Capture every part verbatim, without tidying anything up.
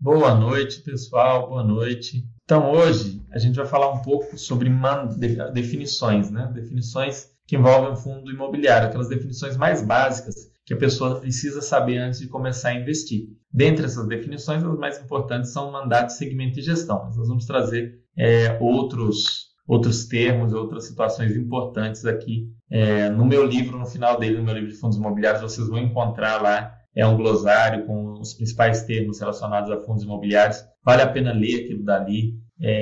Boa noite, pessoal. Boa noite. Então, hoje a gente vai falar um pouco sobre man- de- definições, né? Definições que envolvem o fundo imobiliário, aquelas definições mais básicas que a pessoa precisa saber antes de começar a investir. Dentre essas definições, as mais importantes são mandato, segmento e gestão. Mas nós vamos trazer é, outros, outros termos, outras situações importantes aqui. É, no meu livro, no final dele, no meu livro de fundos imobiliários, vocês vão encontrar lá é um glossário com os principais termos relacionados a fundos imobiliários. Vale a pena ler aquilo dali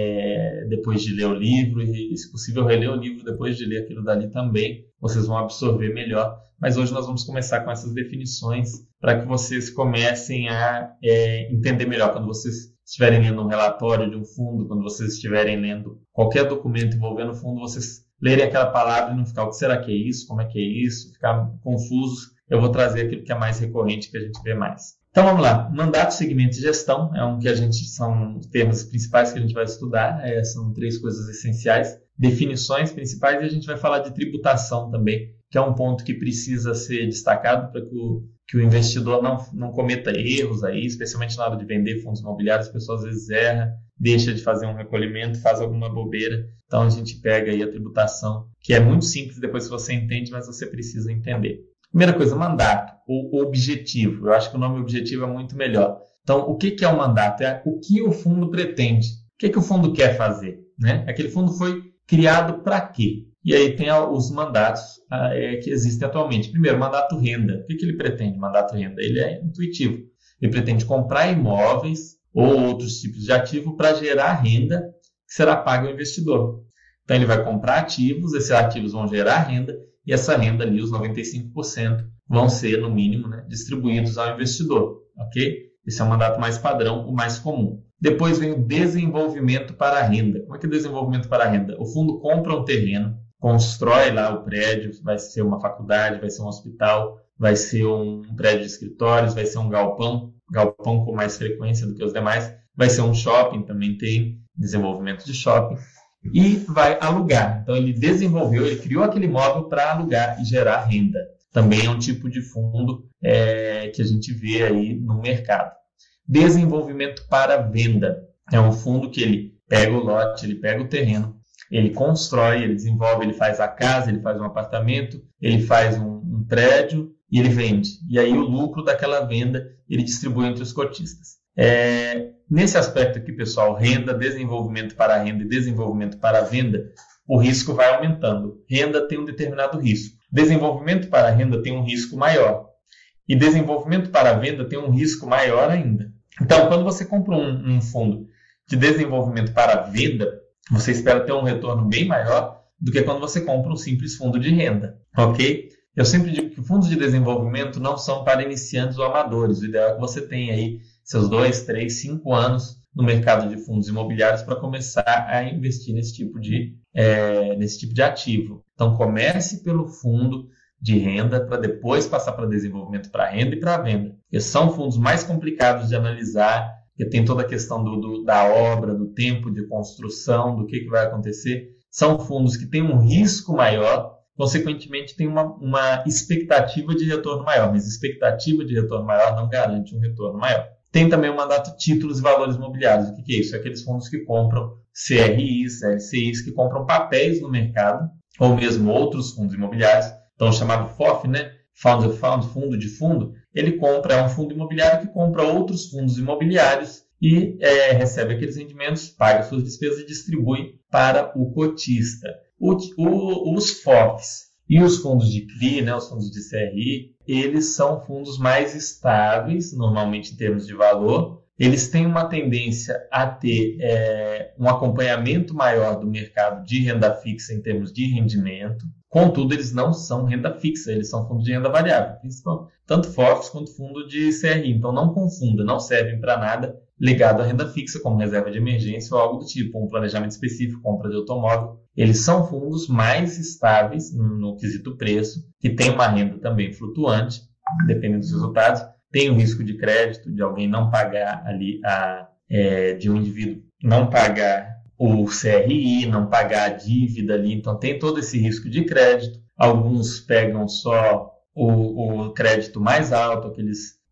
é, depois de ler o livro e, se possível, reler o livro depois de ler aquilo dali também. Vocês vão absorver melhor. Mas hoje nós vamos começar com essas definições para que vocês comecem a é, entender melhor. Quando vocês estiverem lendo um relatório de um fundo, quando vocês estiverem lendo qualquer documento envolvendo o fundo, vocês lerem aquela palavra e não ficar, o que será que é isso? Como é que é isso? Ficar confusos. Eu vou trazer aquilo que é mais recorrente, que a gente vê mais. Então vamos lá. Mandato, segmento e gestão é um que a gente são os termos principais que a gente vai estudar. É, são três coisas essenciais. Definições principais e a gente vai falar de tributação também, que é um ponto que precisa ser destacado para que o, que o investidor não, não cometa erros aí, especialmente na hora de vender fundos imobiliários. A pessoa às vezes erra, deixa de fazer um recolhimento, faz alguma bobeira. Então a gente pega aí a tributação, que é muito simples depois que você entende, mas você precisa entender. Primeira coisa, mandato, ou objetivo. Eu acho que o nome objetivo é muito melhor. Então, o que é o mandato? É o que o fundo pretende. O que, que o fundo quer fazer? Né? Aquele fundo foi criado para quê? E aí tem os mandatos ah, é, que existem atualmente. Primeiro, mandato renda. O que, que ele pretende, mandato renda? Ele é intuitivo. Ele pretende comprar imóveis ou outros tipos de ativo para gerar renda que será paga ao investidor. Então, ele vai comprar ativos, esses ativos vão gerar renda, e essa renda ali, os noventa e cinco por cento, vão ser, no mínimo, né, distribuídos ao investidor, ok? Esse é o mandato mais padrão, o mais comum. Depois vem o desenvolvimento para a renda. Como é que é o desenvolvimento para a renda? O fundo compra um terreno, constrói lá o prédio, vai ser uma faculdade, vai ser um hospital, vai ser um prédio de escritórios, vai ser um galpão, galpão com mais frequência do que os demais, vai ser um shopping, também tem desenvolvimento de shopping, e vai alugar. Então, ele desenvolveu, ele criou aquele imóvel para alugar e gerar renda. Também é um tipo de fundo é, que a gente vê aí no mercado. Desenvolvimento para venda. É um fundo que ele pega o lote, ele pega o terreno, ele constrói, ele desenvolve, ele faz a casa, ele faz um apartamento, ele faz um, um prédio e ele vende. E aí o lucro daquela venda ele distribui entre os cotistas. É, nesse aspecto aqui, pessoal, renda, desenvolvimento para a renda e desenvolvimento para a venda, o risco vai aumentando. Renda tem um determinado risco. Desenvolvimento para a renda tem um risco maior. E desenvolvimento para a venda tem um risco maior ainda. Então, quando você compra um, um fundo de desenvolvimento para a venda, você espera ter um retorno bem maior do que quando você compra um simples fundo de renda, ok? Eu sempre digo que fundos de desenvolvimento não são para iniciantes ou amadores. O ideal é que você tenha aí seus dois, três, cinco anos no mercado de fundos imobiliários para começar a investir nesse tipo de, é, nesse tipo de ativo. Então, comece pelo fundo de renda para depois passar para desenvolvimento para renda e para venda. Porque são fundos mais complicados de analisar, porque tem toda a questão do, do, da obra, do tempo de construção, do que, que vai acontecer. São fundos que têm um risco maior, consequentemente tem uma, uma expectativa de retorno maior, mas expectativa de retorno maior não garante um retorno maior. Tem também o mandato títulos e valores imobiliários. O que é isso? É aqueles fundos que compram C R Is, L C Is, que compram papéis no mercado, ou mesmo outros fundos imobiliários, então chamado F O F, né? Fund of Fund, fundo de fundo. Ele compra, é um fundo imobiliário que compra outros fundos imobiliários e é, recebe aqueles rendimentos, paga suas despesas e distribui para o cotista. O, o, os F O Fs e os fundos de C R I, né, os fundos de C R I, eles são fundos mais estáveis, normalmente em termos de valor. Eles têm uma tendência a ter é, um acompanhamento maior do mercado de renda fixa em termos de rendimento. Contudo, eles não são renda fixa, eles são fundos de renda variável, tanto F O Fs quanto fundo de C R I. Então, não confunda, não servem para nada ligado à renda fixa, como reserva de emergência ou algo do tipo, um planejamento específico, compra de automóvel. Eles são fundos mais estáveis no, no quesito preço, que tem uma renda também flutuante, dependendo dos resultados. Tem o risco de crédito, de alguém não pagar ali, a, é, de um indivíduo não pagar o C R I, não pagar a dívida ali. Então, tem todo esse risco de crédito. Alguns pegam só o, o crédito mais alto, aqueles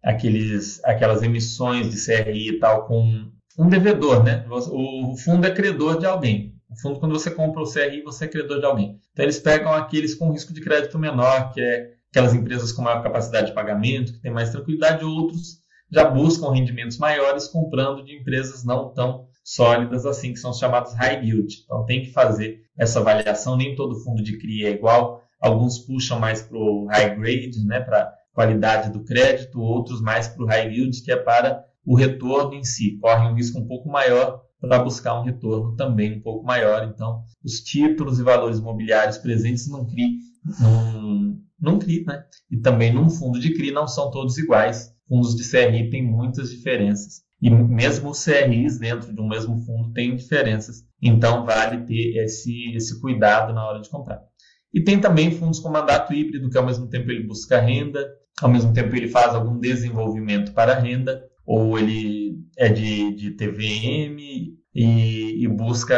aqueles, aquelas emissões de C R I e tal com um devedor, né? O fundo é credor de alguém. O fundo, quando você compra o C R I, você é credor de alguém. Então, eles pegam aqueles com risco de crédito menor, que é aquelas empresas com maior capacidade de pagamento, que têm mais tranquilidade, outros já buscam rendimentos maiores comprando de empresas não tão sólidas assim, que são os chamados high yield. Então, tem que fazer essa avaliação. Nem todo fundo de C R I é igual. Alguns puxam mais para o high grade, né, para qualidade do crédito, outros mais para o high yield, que é para o retorno em si. Correm um risco um pouco maior para buscar um retorno também um pouco maior. Então, os títulos e valores imobiliários presentes num C R I, num, num C R I, né, e também num fundo de C R I não são todos iguais. Fundos de C R I têm muitas diferenças. E mesmo os C R Is dentro de um mesmo fundo têm diferenças. Então, vale ter esse, esse cuidado na hora de comprar. E tem também fundos com mandato híbrido, que ao mesmo tempo ele busca renda, ao mesmo tempo ele faz algum desenvolvimento para renda, ou ele é de, de T V M e, e busca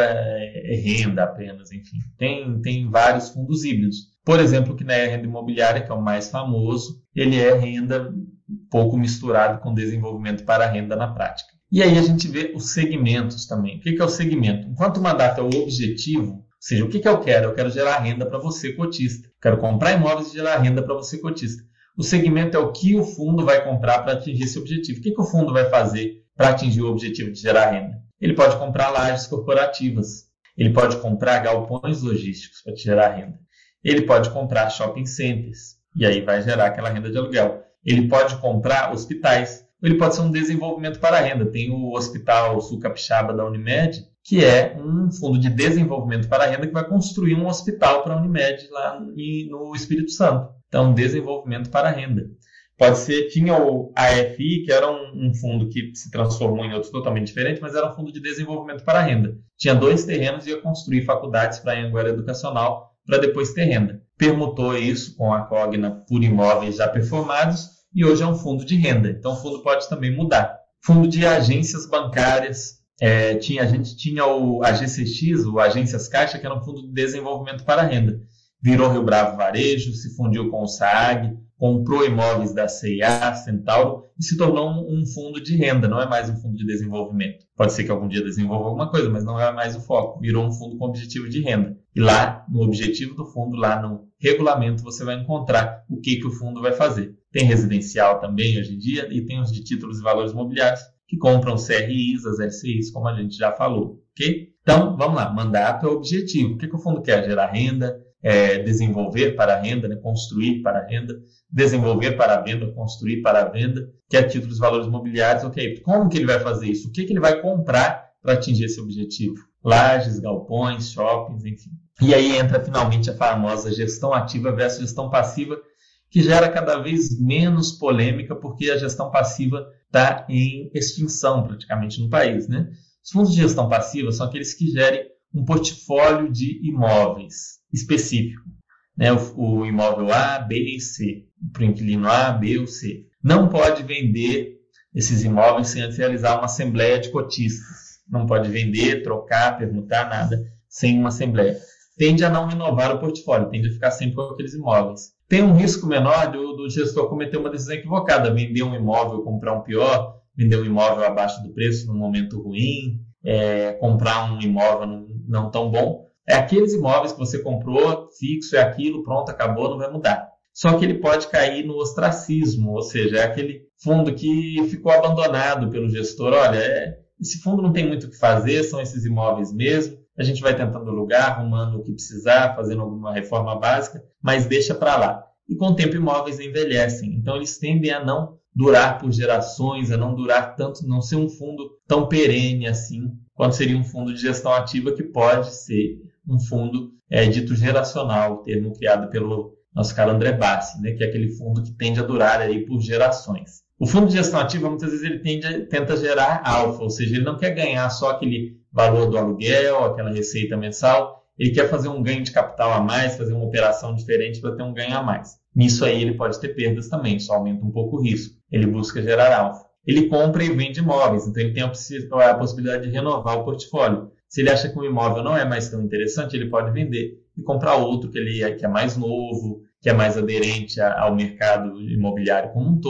renda apenas, enfim. Tem, tem vários fundos híbridos. Por exemplo, que na renda imobiliária, que é o mais famoso, ele é renda um pouco misturado com desenvolvimento para renda na prática. E aí a gente vê os segmentos também. O que é o segmento? Enquanto o mandato é o objetivo, ou seja, o que eu quero? Eu quero gerar renda para você, cotista. Quero comprar imóveis e gerar renda para você, cotista. O segmento é o que o fundo vai comprar para atingir esse objetivo. O que o fundo vai fazer para atingir o objetivo de gerar renda? Ele pode comprar lajes corporativas. Ele pode comprar galpões logísticos para te gerar renda. Ele pode comprar shopping centers. E aí vai gerar aquela renda de aluguel. Ele pode comprar hospitais. Ou ele pode ser um desenvolvimento para a renda. Tem o Hospital Sul Capixaba da Unimed, que é um fundo de desenvolvimento para a renda que vai construir um hospital para a Unimed lá no Espírito Santo. Então, desenvolvimento para a renda. Pode ser, tinha o A F I, que era um, um fundo que se transformou em outro totalmente diferente, mas era um fundo de desenvolvimento para a renda. Tinha dois terrenos e ia construir faculdades para a Anhanguera Educacional para depois ter renda. Permutou isso com a Cogna por imóveis já performados e hoje é um fundo de renda. Então, o fundo pode também mudar. Fundo de agências bancárias. É, tinha, a gente tinha o A G C X, o Agências Caixa, que era um fundo de desenvolvimento para a renda. Virou Rio Bravo Varejo, se fundiu com o SAAG, comprou imóveis da C e A, Centauro, e se tornou um, um fundo de renda, não é mais um fundo de desenvolvimento. Pode ser que algum dia desenvolva alguma coisa, mas não é mais o foco. Virou um fundo com objetivo de renda. E lá, no objetivo do fundo, lá no regulamento, você vai encontrar o que, que o fundo vai fazer. Tem residencial também hoje em dia, e tem os de títulos e valores imobiliários, que compram C R Is, as L C Is, como a gente já falou. Ok? Então, vamos lá. Mandato é o objetivo. O que, que o fundo quer? Gerar renda, é, desenvolver para a renda, né? Construir para a renda, desenvolver para a venda, construir para a venda, quer títulos e valores imobiliários. Ok, como que ele vai fazer isso? O que, que ele vai comprar para atingir esse objetivo? Lajes, galpões, shoppings, enfim. E aí entra finalmente a famosa gestão ativa versus gestão passiva, que gera cada vez menos polêmica, porque a gestão passiva está em extinção praticamente no país, né? Os fundos de gestão passiva são aqueles que gerem um portfólio de imóveis específico, né? O, o imóvel A, B e C, para o inquilino A, B ou C. Não pode vender esses imóveis sem antes realizar uma assembleia de cotistas. Não pode vender, trocar, permutar, nada sem uma assembleia. Tende a não renovar o portfólio, tende a ficar sempre com aqueles imóveis. Tem um risco menor do, do gestor cometer uma decisão equivocada, vender um imóvel, comprar um pior, vender um imóvel abaixo do preço num momento ruim, é, comprar um imóvel não, não tão bom. É aqueles imóveis que você comprou, fixo, é aquilo, pronto, acabou, não vai mudar. Só que ele pode cair no ostracismo, ou seja, é aquele fundo que ficou abandonado pelo gestor. Olha, é, esse fundo não tem muito o que fazer, são esses imóveis mesmo. A gente vai tentando alugar, arrumando o que precisar, fazendo alguma reforma básica, mas deixa para lá. E com o tempo imóveis envelhecem, então eles tendem a não durar por gerações, a não durar tanto, não ser um fundo tão perene assim, quanto seria um fundo de gestão ativa, que pode ser um fundo é, dito geracional, termo criado pelo nosso cara André Bassi, né, que é aquele fundo que tende a durar aí por gerações. O fundo de gestão ativa, muitas vezes, ele tende a, tenta gerar alfa, ou seja, ele não quer ganhar só aquele valor do aluguel, aquela receita mensal, ele quer fazer um ganho de capital a mais, fazer uma operação diferente para ter um ganho a mais. Nisso aí ele pode ter perdas também, só aumenta um pouco o risco. Ele busca gerar alfa. Ele compra e vende imóveis, então ele tem a possibilidade de renovar o portfólio. Se ele acha que um imóvel não é mais tão interessante, ele pode vender e comprar outro que, ele é, que é mais novo, que é mais aderente ao mercado imobiliário como um todo.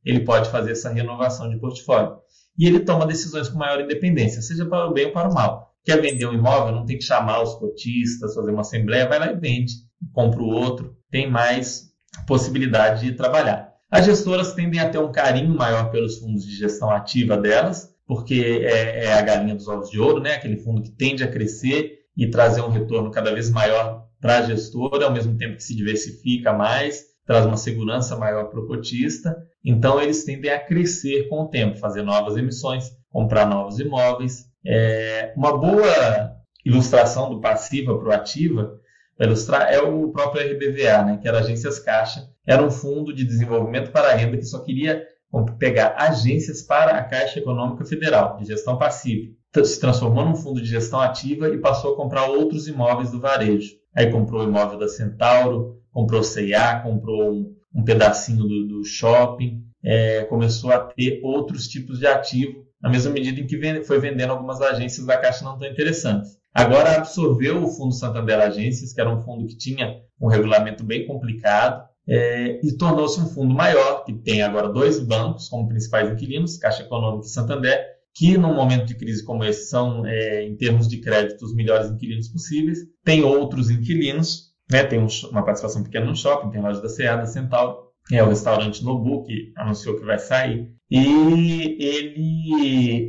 ele pode fazer essa renovação de portfólio. E ele toma decisões com maior independência, seja para o bem ou para o mal. Quer vender um imóvel, não tem que chamar os cotistas, fazer uma assembleia, vai lá e vende, compra o outro, tem mais possibilidade de trabalhar. As gestoras tendem a ter um carinho maior pelos fundos de gestão ativa delas, porque é, é a galinha dos ovos de ouro, né? Aquele fundo que tende a crescer e trazer um retorno cada vez maior para a gestora, ao mesmo tempo que se diversifica mais, traz uma segurança maior para o cotista. Então, eles tendem a crescer com o tempo, fazer novas emissões, comprar novos imóveis. É, uma boa ilustração do passiva para o ativa, para ilustrar, é o próprio R B V A, né, que era Agências Caixa. Era um fundo de desenvolvimento para a renda que só queria pegar agências para a Caixa Econômica Federal, de gestão passiva. Se transformou num fundo de gestão ativa e passou a comprar outros imóveis do varejo. Aí comprou o imóvel da Centauro, comprou o C e A, comprou um, um pedacinho do, do shopping, é, começou a ter outros tipos de ativo, na mesma medida em que vende, foi vendendo algumas agências da Caixa não tão interessantes. Agora absorveu o Fundo Santander Agências, que era um fundo que tinha um regulamento bem complicado, é, e tornou-se um fundo maior, que tem agora dois bancos como principais inquilinos, Caixa Econômica e Santander, que num momento de crise como esse são, é, em termos de crédito, os melhores inquilinos possíveis. Tem outros inquilinos, né? Tem um, uma participação pequena no shopping, tem a loja da C e A, da Centauro, é o restaurante Nobu, que anunciou que vai sair. E ele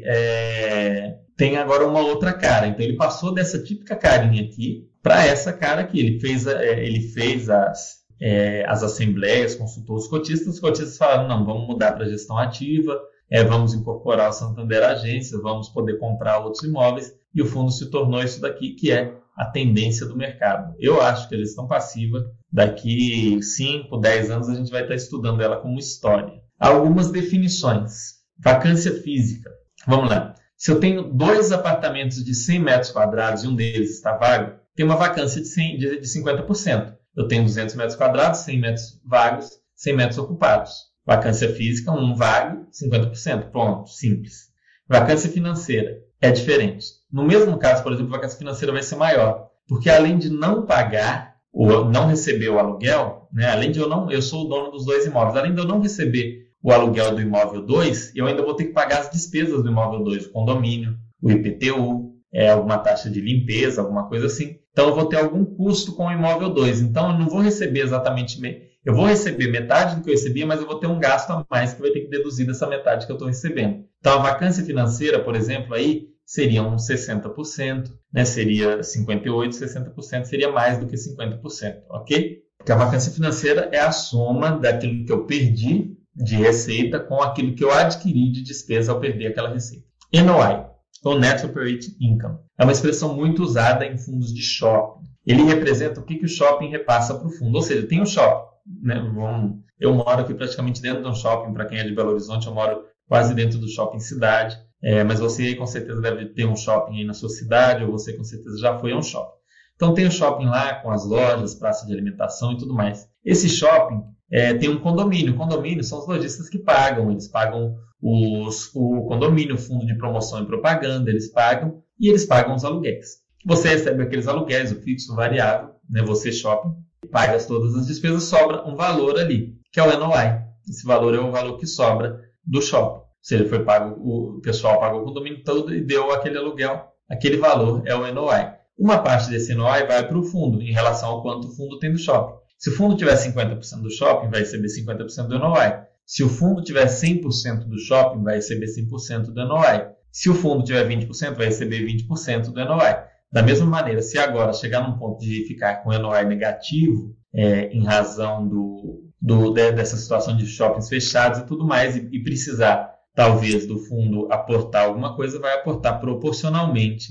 é, tem agora uma outra cara. Então ele passou dessa típica carinha aqui para essa cara aqui. Ele fez, ele fez as, é, as assembleias, consultou os cotistas. Os cotistas falaram, não, vamos mudar para gestão ativa, é, vamos incorporar o Santander Agência, vamos poder comprar outros imóveis. E o fundo se tornou isso daqui, que é a tendência do mercado. Eu acho que a gestão passiva, daqui cinco, dez anos, a gente vai estar estudando ela como história. Algumas definições. Vacância física. Vamos lá. Se eu tenho dois apartamentos de cem metros quadrados e um deles está vago, tem uma vacância de, cem, de, de cinquenta por cento. Eu tenho duzentos metros quadrados, cem metros vagos, cem metros ocupados. Vacância física, um vago, cinquenta por cento. Pronto, simples. Vacância financeira é diferente. No mesmo caso, por exemplo, a vacância financeira vai ser maior, porque além de não pagar ou não receber o aluguel, né, além de eu não, eu sou o dono dos dois imóveis, além de eu não receber o aluguel do imóvel dois, eu ainda vou ter que pagar as despesas do imóvel dois, o condomínio, o I P T U, é, alguma taxa de limpeza, alguma coisa assim. Então eu vou ter algum custo com o imóvel dois. Então eu não vou receber exatamente, eu vou receber metade do que eu recebia, mas eu vou ter um gasto a mais que vai ter que deduzir dessa metade que eu estou recebendo. Então a vacância financeira, por exemplo, aí seria uns sessenta por cento, né? Seria cinquenta e oito por cento, sessenta por cento, seria mais do que cinquenta por cento, ok? Porque a vacância financeira é a soma daquilo que eu perdi de receita com aquilo que eu adquiri de despesa ao perder aquela receita. N O I, ou Net Operating Income, é uma expressão muito usada em fundos de shopping. Ele representa o que, que o shopping repassa para o fundo. Ou seja, tem um shopping, né? Eu moro aqui praticamente dentro de um shopping, para quem é de Belo Horizonte, eu moro quase dentro do shopping cidade, é, mas você aí com certeza deve ter um shopping aí na sua cidade, ou você com certeza já foi a um shopping. Então tem o shopping lá com as lojas, praça de alimentação e tudo mais. Esse shopping é, tem um condomínio. O condomínio são os lojistas que pagam, eles pagam os, o condomínio, o fundo de promoção e propaganda, eles pagam e eles pagam os aluguéis. Você recebe aqueles aluguéis, o fixo, o variável, né? Você shopping, paga todas as despesas, sobra um valor ali, que é o N O I. Esse valor é o valor que sobra do shopping. Ou seja, foi pago, o pessoal pagou o condomínio todo e deu aquele aluguel, aquele valor é o N O I. Uma parte desse N O I vai para o fundo, em relação ao quanto o fundo tem do shopping. Se o fundo tiver cinquenta por cento do shopping, vai receber cinquenta por cento do N O I. Se o fundo tiver cem por cento do shopping, vai receber cem por cento do N O I. Se o fundo tiver vinte por cento, vai receber vinte por cento do N O I. Da mesma maneira, se agora chegar num ponto de ficar com N O I negativo, é, em razão do, do, dessa situação de shoppings fechados e tudo mais, e, e precisar, talvez, do fundo aportar alguma coisa, vai aportar proporcionalmente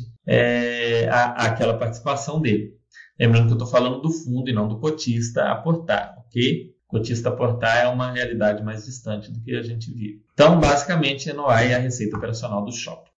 é, a, àquela participação dele. Lembrando que eu estou falando do fundo e não do cotista aportar, ok? Cotista aportar é uma realidade mais distante do que a gente vive. Então, basicamente, N O I é a receita operacional do shopping.